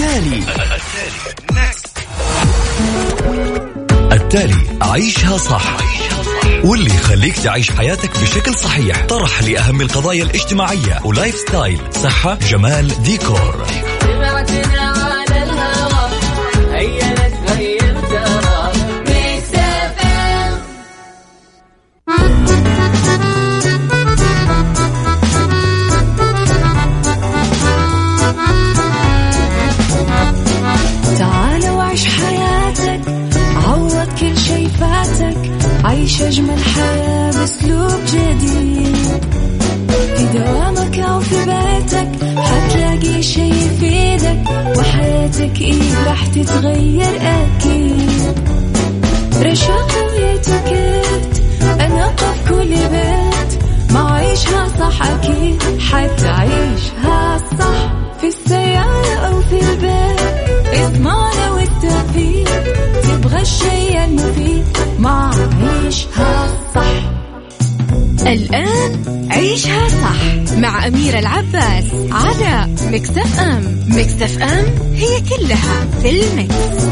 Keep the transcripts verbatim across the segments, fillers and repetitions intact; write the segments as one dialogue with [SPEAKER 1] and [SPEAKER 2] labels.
[SPEAKER 1] التالي التالي عيشها صح، واللي يخليك تعيش حياتك بشكل صحيح. طرح لأهم القضايا الاجتماعية ولايف ستايل، صحة، جمال، ديكور.
[SPEAKER 2] عيش أجمل حياة بأسلوب جديد، في دوامك أو في بيتك حتلاقي شي يفيدك، وحياتك إيه راح تتغير أكيد. رشاق ويتوكيت أنا قف كل بيت، ما عيشها صح أكيد حتعيشها صح، في السيارة أو في البيت اسمعنا والتوفيق، تبغى الشيء المفيد ما عيشها صح.
[SPEAKER 3] الآن عيشها صح مع أميرة العباس على ميكس اف ام. ميكس اف ام هي كلها في الميكس.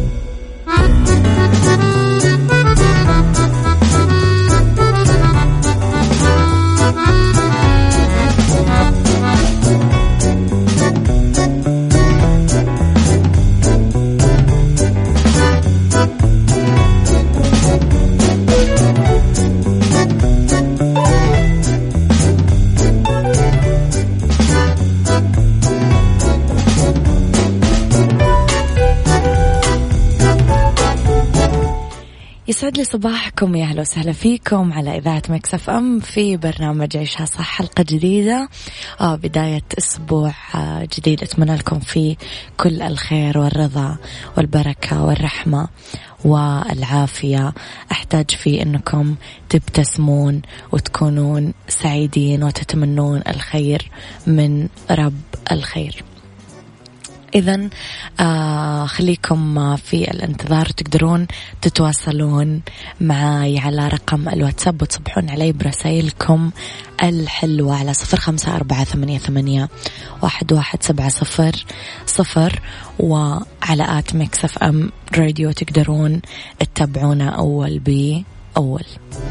[SPEAKER 4] يسعد لي صباحكم، يا أهلا وسهلا فيكم على إذاعة ميكس اف ام في برنامج عيشها صح، حلقة جديدة، آه بداية أسبوع آه جديد. أتمنى لكم فيه كل الخير والرضا والبركة والرحمة والعافية. أحتاج فيه أنكم تبتسمون وتكونون سعيدين وتتمنون الخير من رب الخير. إذن آه خليكم في الانتظار، تقدرون تتواصلون معي على رقم الواتساب وتصبحون علي برسائلكم الحلوة على صفر خمسة أربعة ثمانية ثمانية واحد واحد سبعة صفر صفر، وعلى آت ميكس اف ام راديو تقدرون تتابعونا أول بأول.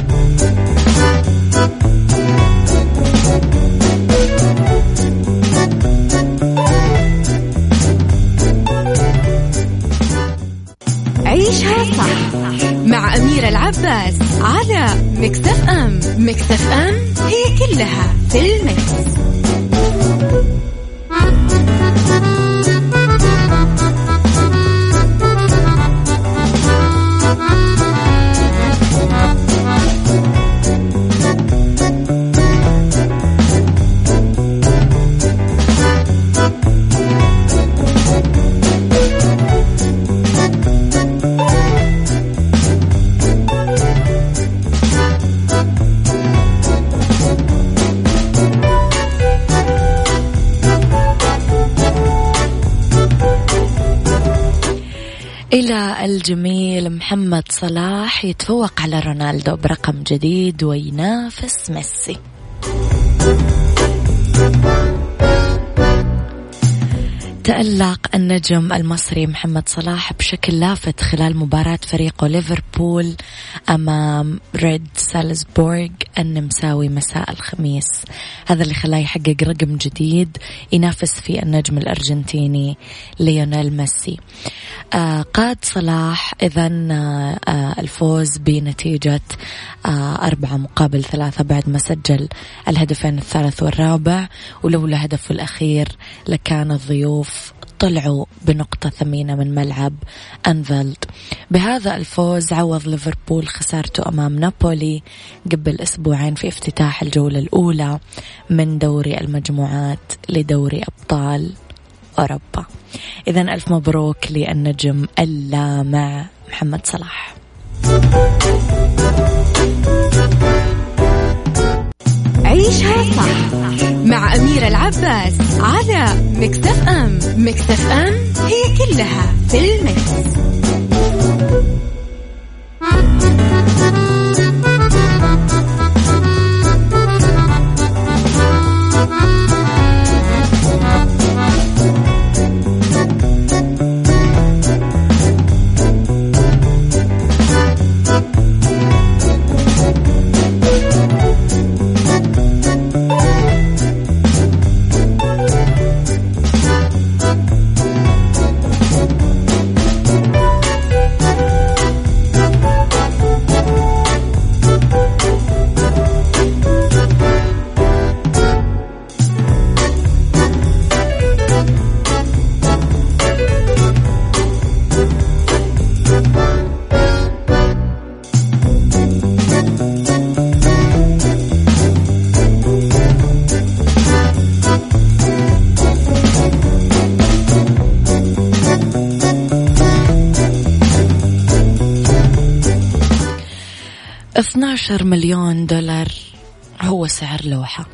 [SPEAKER 3] عيشها صح مع أميرة العباس على ميكس اف ام. ميكس اف ام هي كلها في الميكس.
[SPEAKER 4] إلى الجميل محمد صلاح يتفوق على رونالدو برقم جديد وينافس ميسي. تألق النجم المصري محمد صلاح بشكل لافت خلال مباراة فريقه ليفربول أمام ريد سالزبورغ النمساوي مساء الخميس. هذا اللي خلاه يحقق رقم جديد ينافس فيه النجم الأرجنتيني ليونيل ميسي. آه قاد صلاح إذن آه الفوز بنتيجة آه أربعة مقابل ثلاثة بعد ما سجل الهدفين الثالث والرابع، ولولا هدفه الأخير لكان الضيوف طلعوا بنقطة ثمينة من ملعب أنفيلد. بهذا الفوز عوض ليفربول خسارته أمام نابولي قبل أسبوعين في افتتاح الجولة الأولى من دوري المجموعات لدوري أبطال أوروبا. إذن ألف مبروك للنجم اللامع محمد صلاح.
[SPEAKER 3] عيشها صح مع أميرة العباس على ميكس اف ام. ميكس اف ام هي كلها في الميكس.
[SPEAKER 4] اثنا عشر مليون دولار هو سعر لوحة.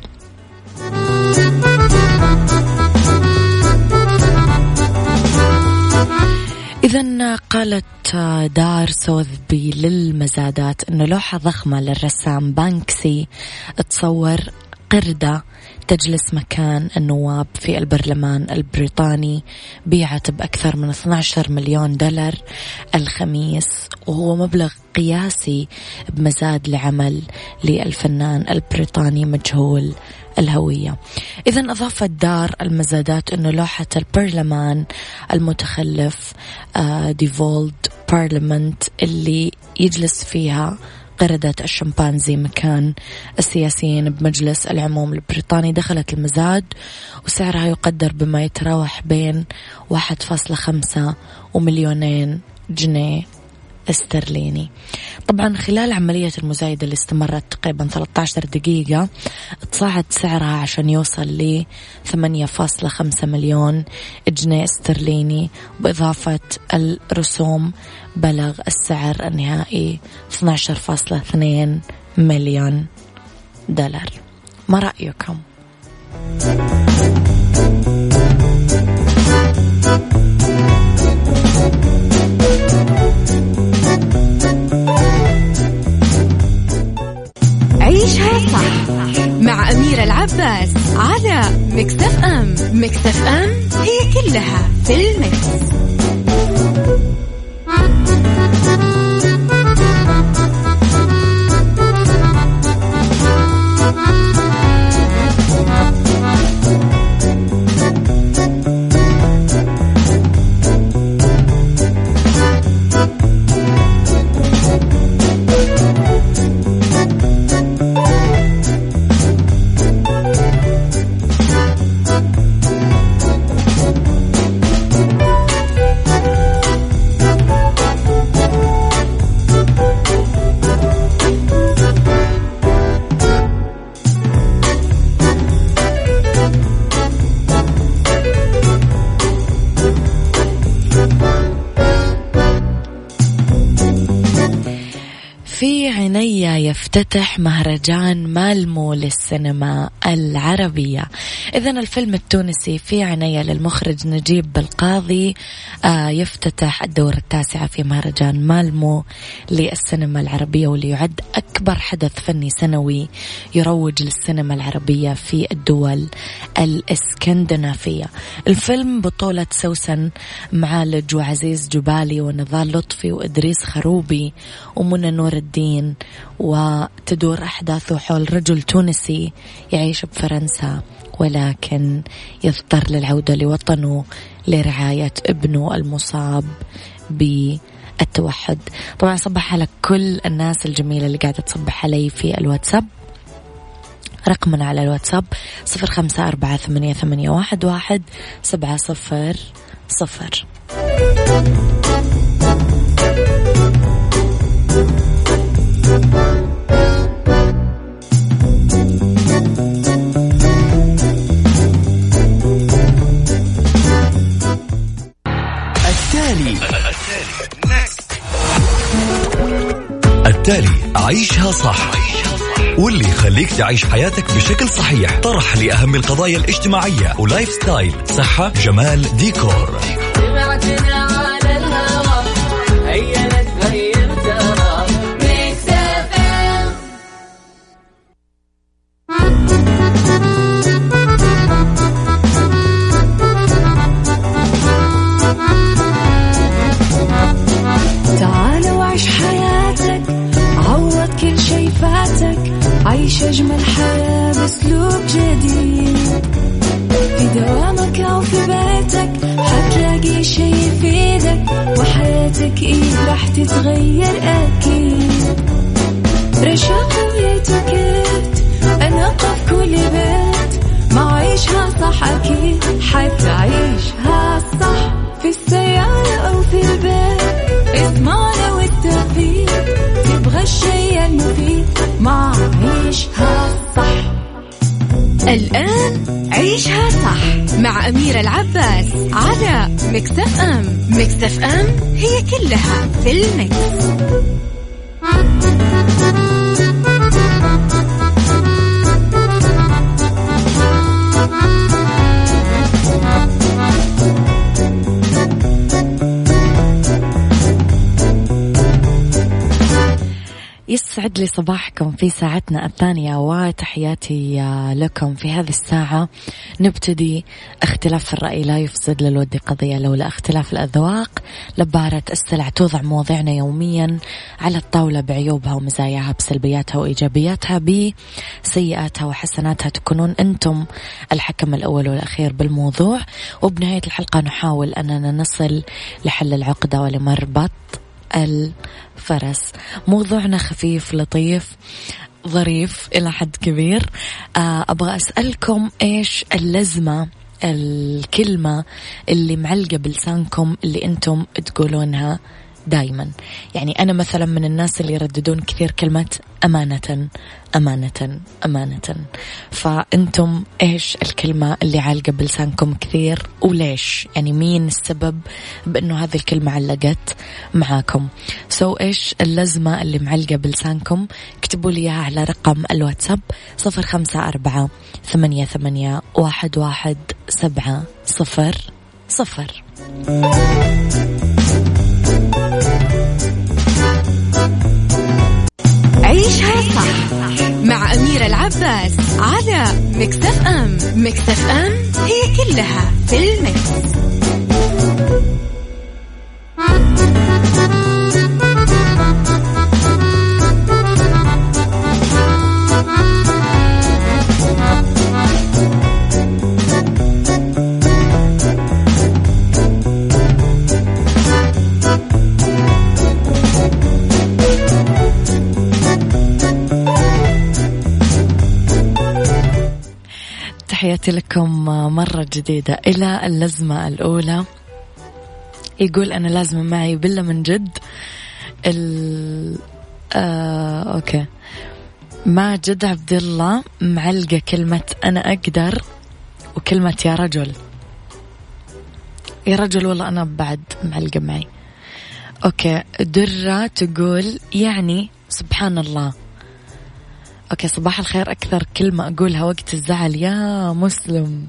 [SPEAKER 4] إذن قالت دار سوثبي للمزادات أن لوحة ضخمة للرسام بانكسي تصور قردة تجلس مكان النواب في البرلمان البريطاني بيعت بأكثر من اثنا عشر مليون دولار الخميس، وهو مبلغ قياسي بمزاد لعمل للفنان البريطاني مجهول الهوية. إذن أضافت دار المزادات أنه لوحة البرلمان المتخلف ديفولد بارلمنت اللي يجلس فيها قردة الشمبانزي مكان السياسيين بمجلس العموم البريطاني دخلت المزاد، وسعرها يقدر بما يتراوح بين واحد فاصلة خمسة ومليونين جنيه استرليني. طبعا خلال عملية المزايدة اللي استمرت تقريبا ثلاثة عشر دقيقة تصاعد سعرها عشان يوصل ل ثمانية فاصلة خمسة مليون جنيه استرليني، بإضافة الرسوم بلغ السعر النهائي اثنا عشر فاصلة اثنين مليون دولار. ما رأيكم؟
[SPEAKER 3] عيشها صح مع أميرة العباس على ميكس اف ام. ميكس اف ام هي كلها في الميكس. يفتتح مهرجان مالمو للسينما العربية. إذن الفيلم التونسي في عناية للمخرج نجيب بالقاضي آه يفتتح الدورة التاسعة في مهرجان مالمو للسينما العربية، واللي يعد أكبر حدث فني سنوي يروج للسينما العربية في الدول الإسكندنافية. الفيلم بطولة سوسن معالج وعزيز جبالي ونضال لطفي وإدريس خروبي ومنى نور الدين، وتدور أحداثه حول رجل تونسي يعيش بفرنسا ولكن يضطر للعودة لوطنه لرعاية ابنه المصاب بالتوحد. طبعا صبح على كل الناس الجميلة اللي قاعدة تصبح علي في الواتساب. رقمنا على الواتساب صفر خمسة أربعة ثمانية ثمانية واحد واحد سبعة صفر صفر.
[SPEAKER 1] التالي التالي عيشها صح، واللي يخليك تعيش حياتك بشكل صحيح. طرح لأهم القضايا الاجتماعية ولايف ستايل، صحة، جمال، ديكور.
[SPEAKER 2] عيش أجمل حياة بأسلوب جديد، في دوامك أو في بيتك حتلاقي شي يفيدك، وحياتك إيه راح تتغير أكيد. رشاق ويتوكيت أنا قف كل بيت، ما عيشها صح أكيد حتعيشها صح، في السيارة أو في البيت اسمعنا والتوفيق، تبغى الشي المفيد ما عيشها صح.
[SPEAKER 3] الآن عيشها صح مع أميرة العباس على ميكس اف ام. ميكس اف ام هي كلها في الميكس. يسعد لي صباحكم في ساعتنا الثانية وتحياتي لكم. في هذه الساعة نبتدي اختلاف الرأي لا يفسد للود قضية، لولا اختلاف الأذواق لبارة السلع. توضع مواضيعنا يوميا على الطاولة بعيوبها ومزاياها، بسلبياتها وإيجابياتها، بسيئاتها وحسناتها. تكونون أنتم الحكم الأول والأخير بالموضوع، وبنهاية الحلقة نحاول أننا نصل لحل العقدة ولمربط الفرس. موضوعنا خفيف لطيف ظريف إلى حد كبير. أبغى أسألكم إيش اللزمة، الكلمة اللي معلقة بلسانكم اللي أنتم تقولونها دايما. يعني أنا مثلا من الناس اللي يرددون كثير كلمة أمانة أمانة أمانة. فأنتم إيش الكلمة اللي عالقة بلسانكم كثير وليش؟ يعني مين السبب بأنه هذه الكلمة علقت معاكم؟ سو so إيش اللزمة اللي معلقة بلسانكم؟ اكتبوا لي إياها على رقم الواتساب صفر خمسة أربعة ثمانية ثمانية واحد واحد سبعة صفر صفر.
[SPEAKER 5] عيشها صح مع أميرة العباس على ميكس اف ام. ميكس اف ام هي كلها في الميكس.
[SPEAKER 3] تحياتي لكم مرة جديدة. إلى اللزمة الأولى، يقول أنا لازمة معي بالله من جد ال آه، أوكي ماجد عبد الله معلقة كلمة أنا أقدر وكلمة يا رجل. يا رجل والله أنا بعد معلقة معي. أوكي درة تقول يعني سبحان الله. أوكي صباح الخير، أكثر كلمة أقولها وقت الزعل يا مسلم.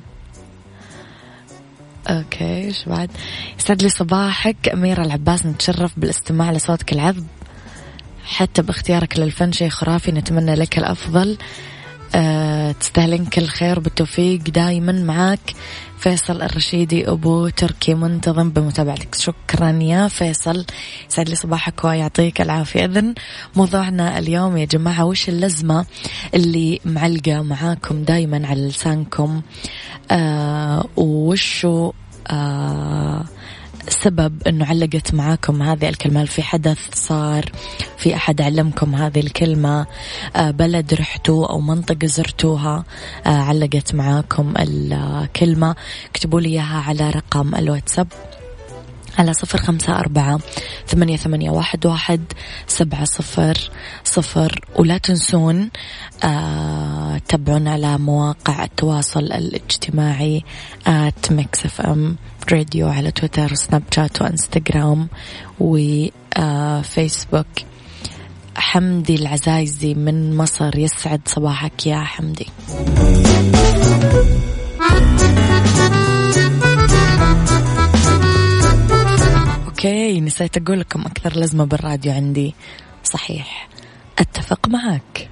[SPEAKER 3] أوكي إيش بعد؟ يسعد لي صباحك أميرة العباس، نتشرف بالاستماع لصوتك العذب حتى باختيارك للفن، شيء خرافي، نتمنى لك الأفضل. أه تستاهلين كل خير بالتوفيق دايما. معاك فيصل الرشيدي أبو تركي، منتظم بمتابعتك. شكرا يا فيصل، يسعد لي صباحك ويعطيك العافية. إذن موضوعنا اليوم يا جماعة، وش اللزمة اللي معلقة معاكم دايما على لسانكم؟ آه وشو آه سبب أنه علقت معاكم هذه الكلمة؟ في حدث صار، في أحد علمكم هذه الكلمة، آه بلد رحتوا أو منطقة زرتوها آه علقت معاكم الكلمة. اكتبوا لي إياها على رقم الواتساب على صفر خمسة أربعة ثمانية ثمانية واحد واحد سبعة صفر صفر. ولا تنسون آه تابعونا على مواقع التواصل الاجتماعي آت ميكس اف ام راديو على تويتر وسناب شات وانستغرام وفيسبوك. حمدي العزايزي من مصر، يسعد صباحك يا حمدي. اوكي نسيت اقول لكم اكثر لازمة بالراديو عندي، صحيح اتفق معك.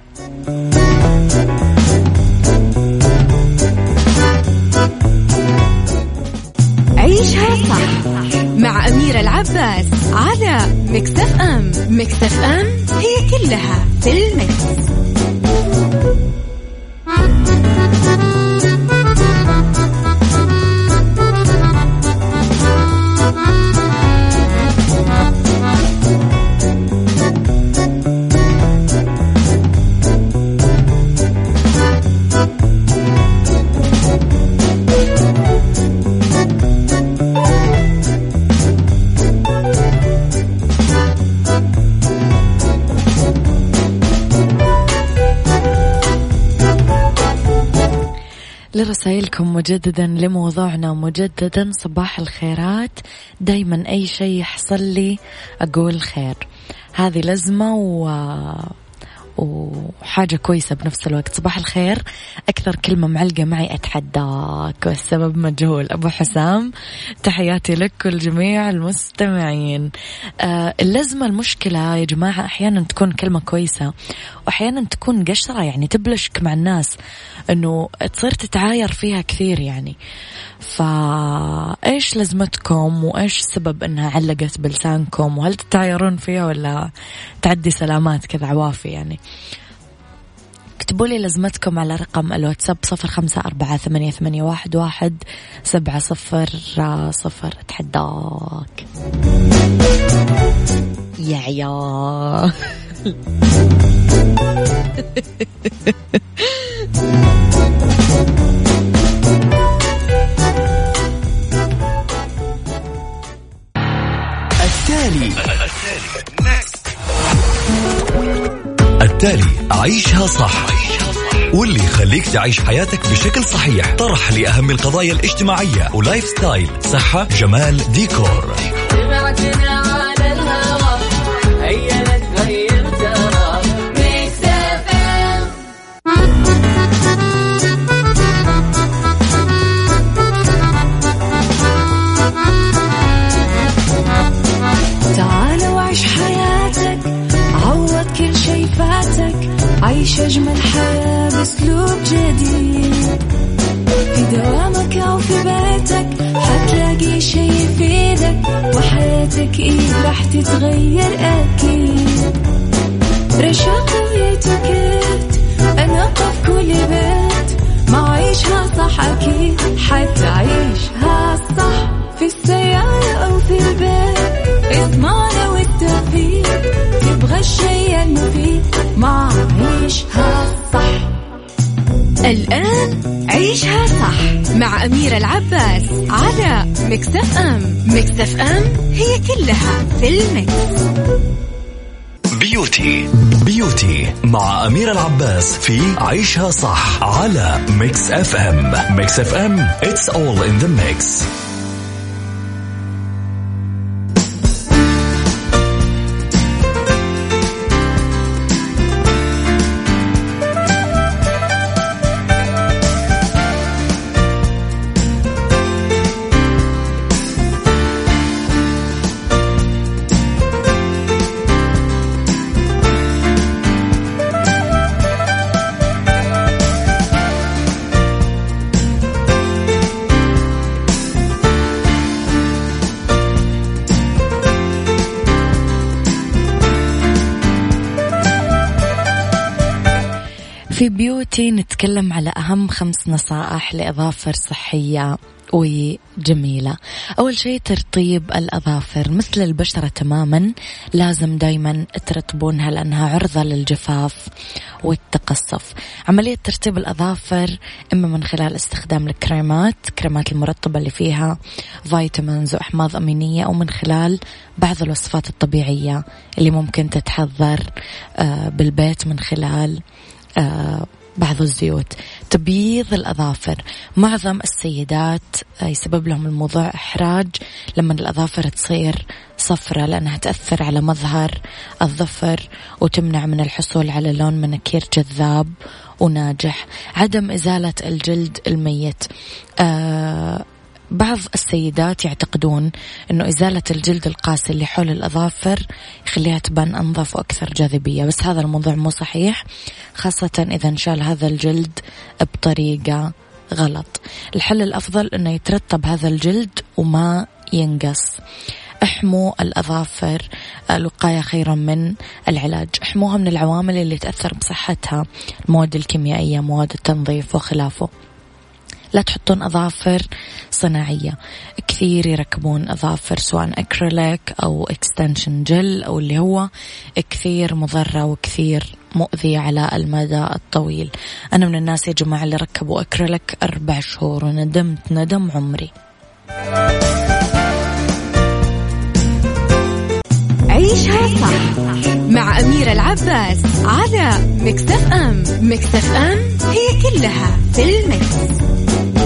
[SPEAKER 5] عيشها صح مع أميرة العباس على ميكس اف ام. ميكس اف ام هي كلها في الميكس.
[SPEAKER 3] رسائلكم مجددا لموضوعنا مجددا. صباح الخيرات، دايما أي شيء يحصل لي أقول خير، هذه لزمة و... وحاجة كويسة بنفس الوقت. صباح الخير، أكثر كلمة معلقة معي أتحداك والسبب مجهول. أبو حسام، تحياتي لك والجميع المستمعين. آه اللزمة المشكلة يا جماعة أحيانا تكون كلمة كويسة وأحيانا تكون قشرة، يعني تبلشك مع الناس أنه تصير تتعاير فيها كثير يعني. فإيش لازمتكم وإيش السبب أنها علقت بلسانكم، وهل تتعايرون فيها ولا تعدي سلامات كذا عوافي يعني؟ اكتبوا لي لازمتكم على رقم الواتساب صفر خمسة أربعة ثمانية ثمانية واحد واحد سبعة صفر صفر. اتحداك يا عيال.
[SPEAKER 1] التالي التالي عيشها صح، واللي يخليك تعيش حياتك بشكل صحيح. طرح لأهم القضايا الاجتماعية ولايف ستايل، صحة، جمال، ديكور.
[SPEAKER 2] عيش أجمل حياة بأسلوب جديد، في دوامك أو في بيتك حتلاقي شي يفيدك، وحياتك إيه راح تتغير أكيد. رشاق ويتوكيت أنا قف كل بيت، ما عيشها صح أكيد حتعيشها صح، في السيارة أو في البيت اسمعنا والتوفيق، تبغى الشيء المفيد ما عيشها صح.
[SPEAKER 5] الآن عيشها صح مع أميرة العباس على ميكس اف ام. ميكس اف ام هي كلها في الميكس.
[SPEAKER 1] بيوتي بيوتي مع أميرة العباس في عيشها صح على ميكس اف ام. ميكس اف ام it's all in the mix.
[SPEAKER 3] في بيوتي نتكلم على أهم خمس نصائح لأظافر صحية وجميلة. أول شيء ترطيب الأظافر، مثل البشرة تماما لازم دايما ترطبونها لأنها عرضة للجفاف والتقصف. عملية ترطيب الأظافر إما من خلال استخدام الكريمات كريمات المرطبة اللي فيها فيتامينز وأحماض أمينية، أو من خلال بعض الوصفات الطبيعية اللي ممكن تتحضر بالبيت من خلال آه بعض الزيوت. تبييض الأظافر، معظم السيدات يسبب لهم الموضوع إحراج لما الأظافر تصير صفرة، لأنها تأثر على مظهر الظفر وتمنع من الحصول على لون مناكير جذاب وناجح. عدم إزالة الجلد الميت، آه بعض السيدات يعتقدون أنه إزالة الجلد القاسي اللي حول الأظافر يخليها تبان أنظف وأكثر جاذبية، بس هذا الموضوع مو صحيح، خاصة إذا انشال هذا الجلد بطريقة غلط. الحل الأفضل أنه يترطب هذا الجلد وما ينقص. احموا الأظافر، الوقاية خيرا من العلاج. احموها من العوامل اللي تأثر بصحتها، المواد الكيميائية، مواد التنظيف وخلافه. لا تحطون أظافر صناعية، كثير يركبون أظافر سواء أكريليك أو إكستنشن جل أو اللي هو كثير مضرة وكثير مؤذية على المدى الطويل. أنا من الناس يا جماعة اللي ركبوا أكريليك أربع شهور وندمت ندم عمري.
[SPEAKER 5] عيشها صح مع أميرة العباس على ميكس اف ام. ميكس اف ام هي كلها في الميكس.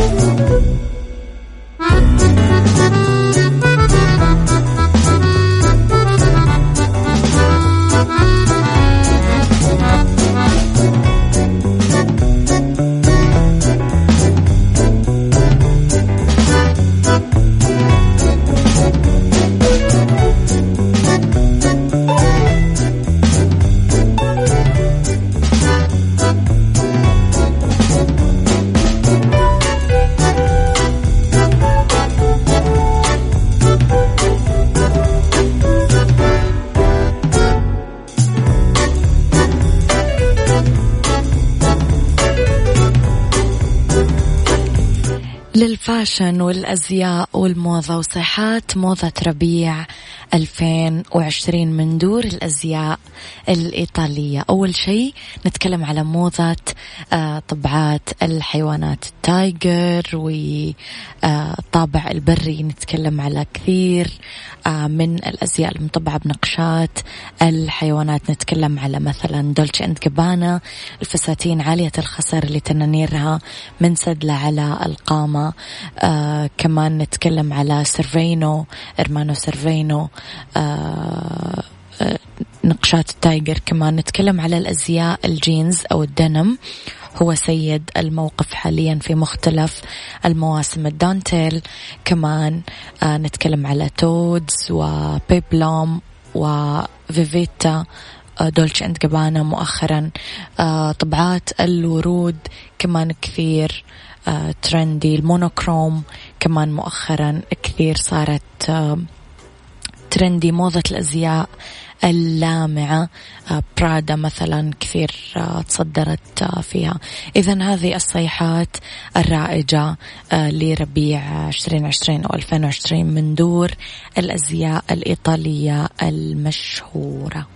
[SPEAKER 3] للفاشن والأزياء والموضة وصيحات موضة ربيع ألفين وعشرين من دور الأزياء الإيطالية. أول شيء نتكلم على موضة طبعات الحيوانات التايجر والطابع البري. نتكلم على كثير من الأزياء المطبعة بنقشات الحيوانات. نتكلم على مثلا دولتشي أند جابانا، الفساتين عالية الخصر اللي تنانيرها من سدلة على القامة. آه كمان نتكلم على سيرفينو، إرمانو سيرفينو، آه آه نقشات التايجر. كمان نتكلم على الأزياء الجينز أو الدنم، هو سيد الموقف حاليا في مختلف المواسم. الدانتيل كمان آه نتكلم على تودز وبيبلوم وفيفيتا، دولتشي أند جابانا مؤخرا. آه طبعات الورود كمان كثير آه ترندي. المونوكروم كمان مؤخرا كثير صارت آه ترندي. موضة الأزياء اللامعة، آه برادا مثلا كثير آه تصدرت آه فيها. إذن هذه الصيحات الرائجة آه لربيع عشرين عشرين أو ألفين وعشرين من دور الأزياء الإيطالية المشهورة.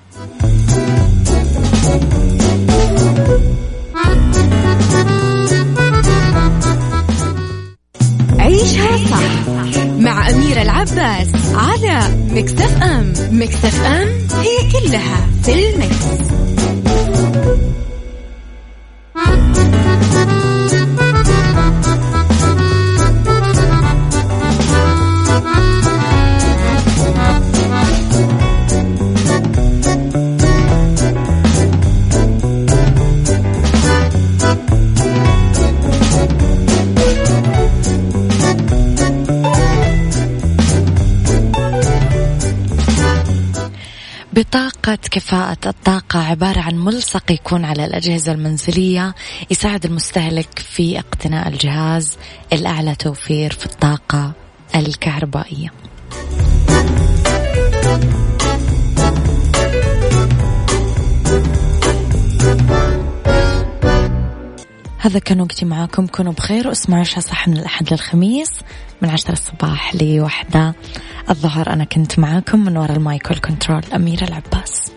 [SPEAKER 5] عيشها صح مع أميرة العباس على ميكس اف ام. ميكس اف ام هي كلها في الميكس.
[SPEAKER 3] بطاقة كفاءة الطاقة عبارة عن ملصق يكون على الأجهزة المنزلية يساعد المستهلك في اقتناء الجهاز الأعلى توفير في الطاقة الكهربائية. هذا كان وقتي معاكم، كونوا بخير واسمعوا عيشها صح من الأحد للخميس من عشرة الصباح لوحدة الظهر. أنا كنت معاكم من وراء المايك والكنترول أميرة العباس.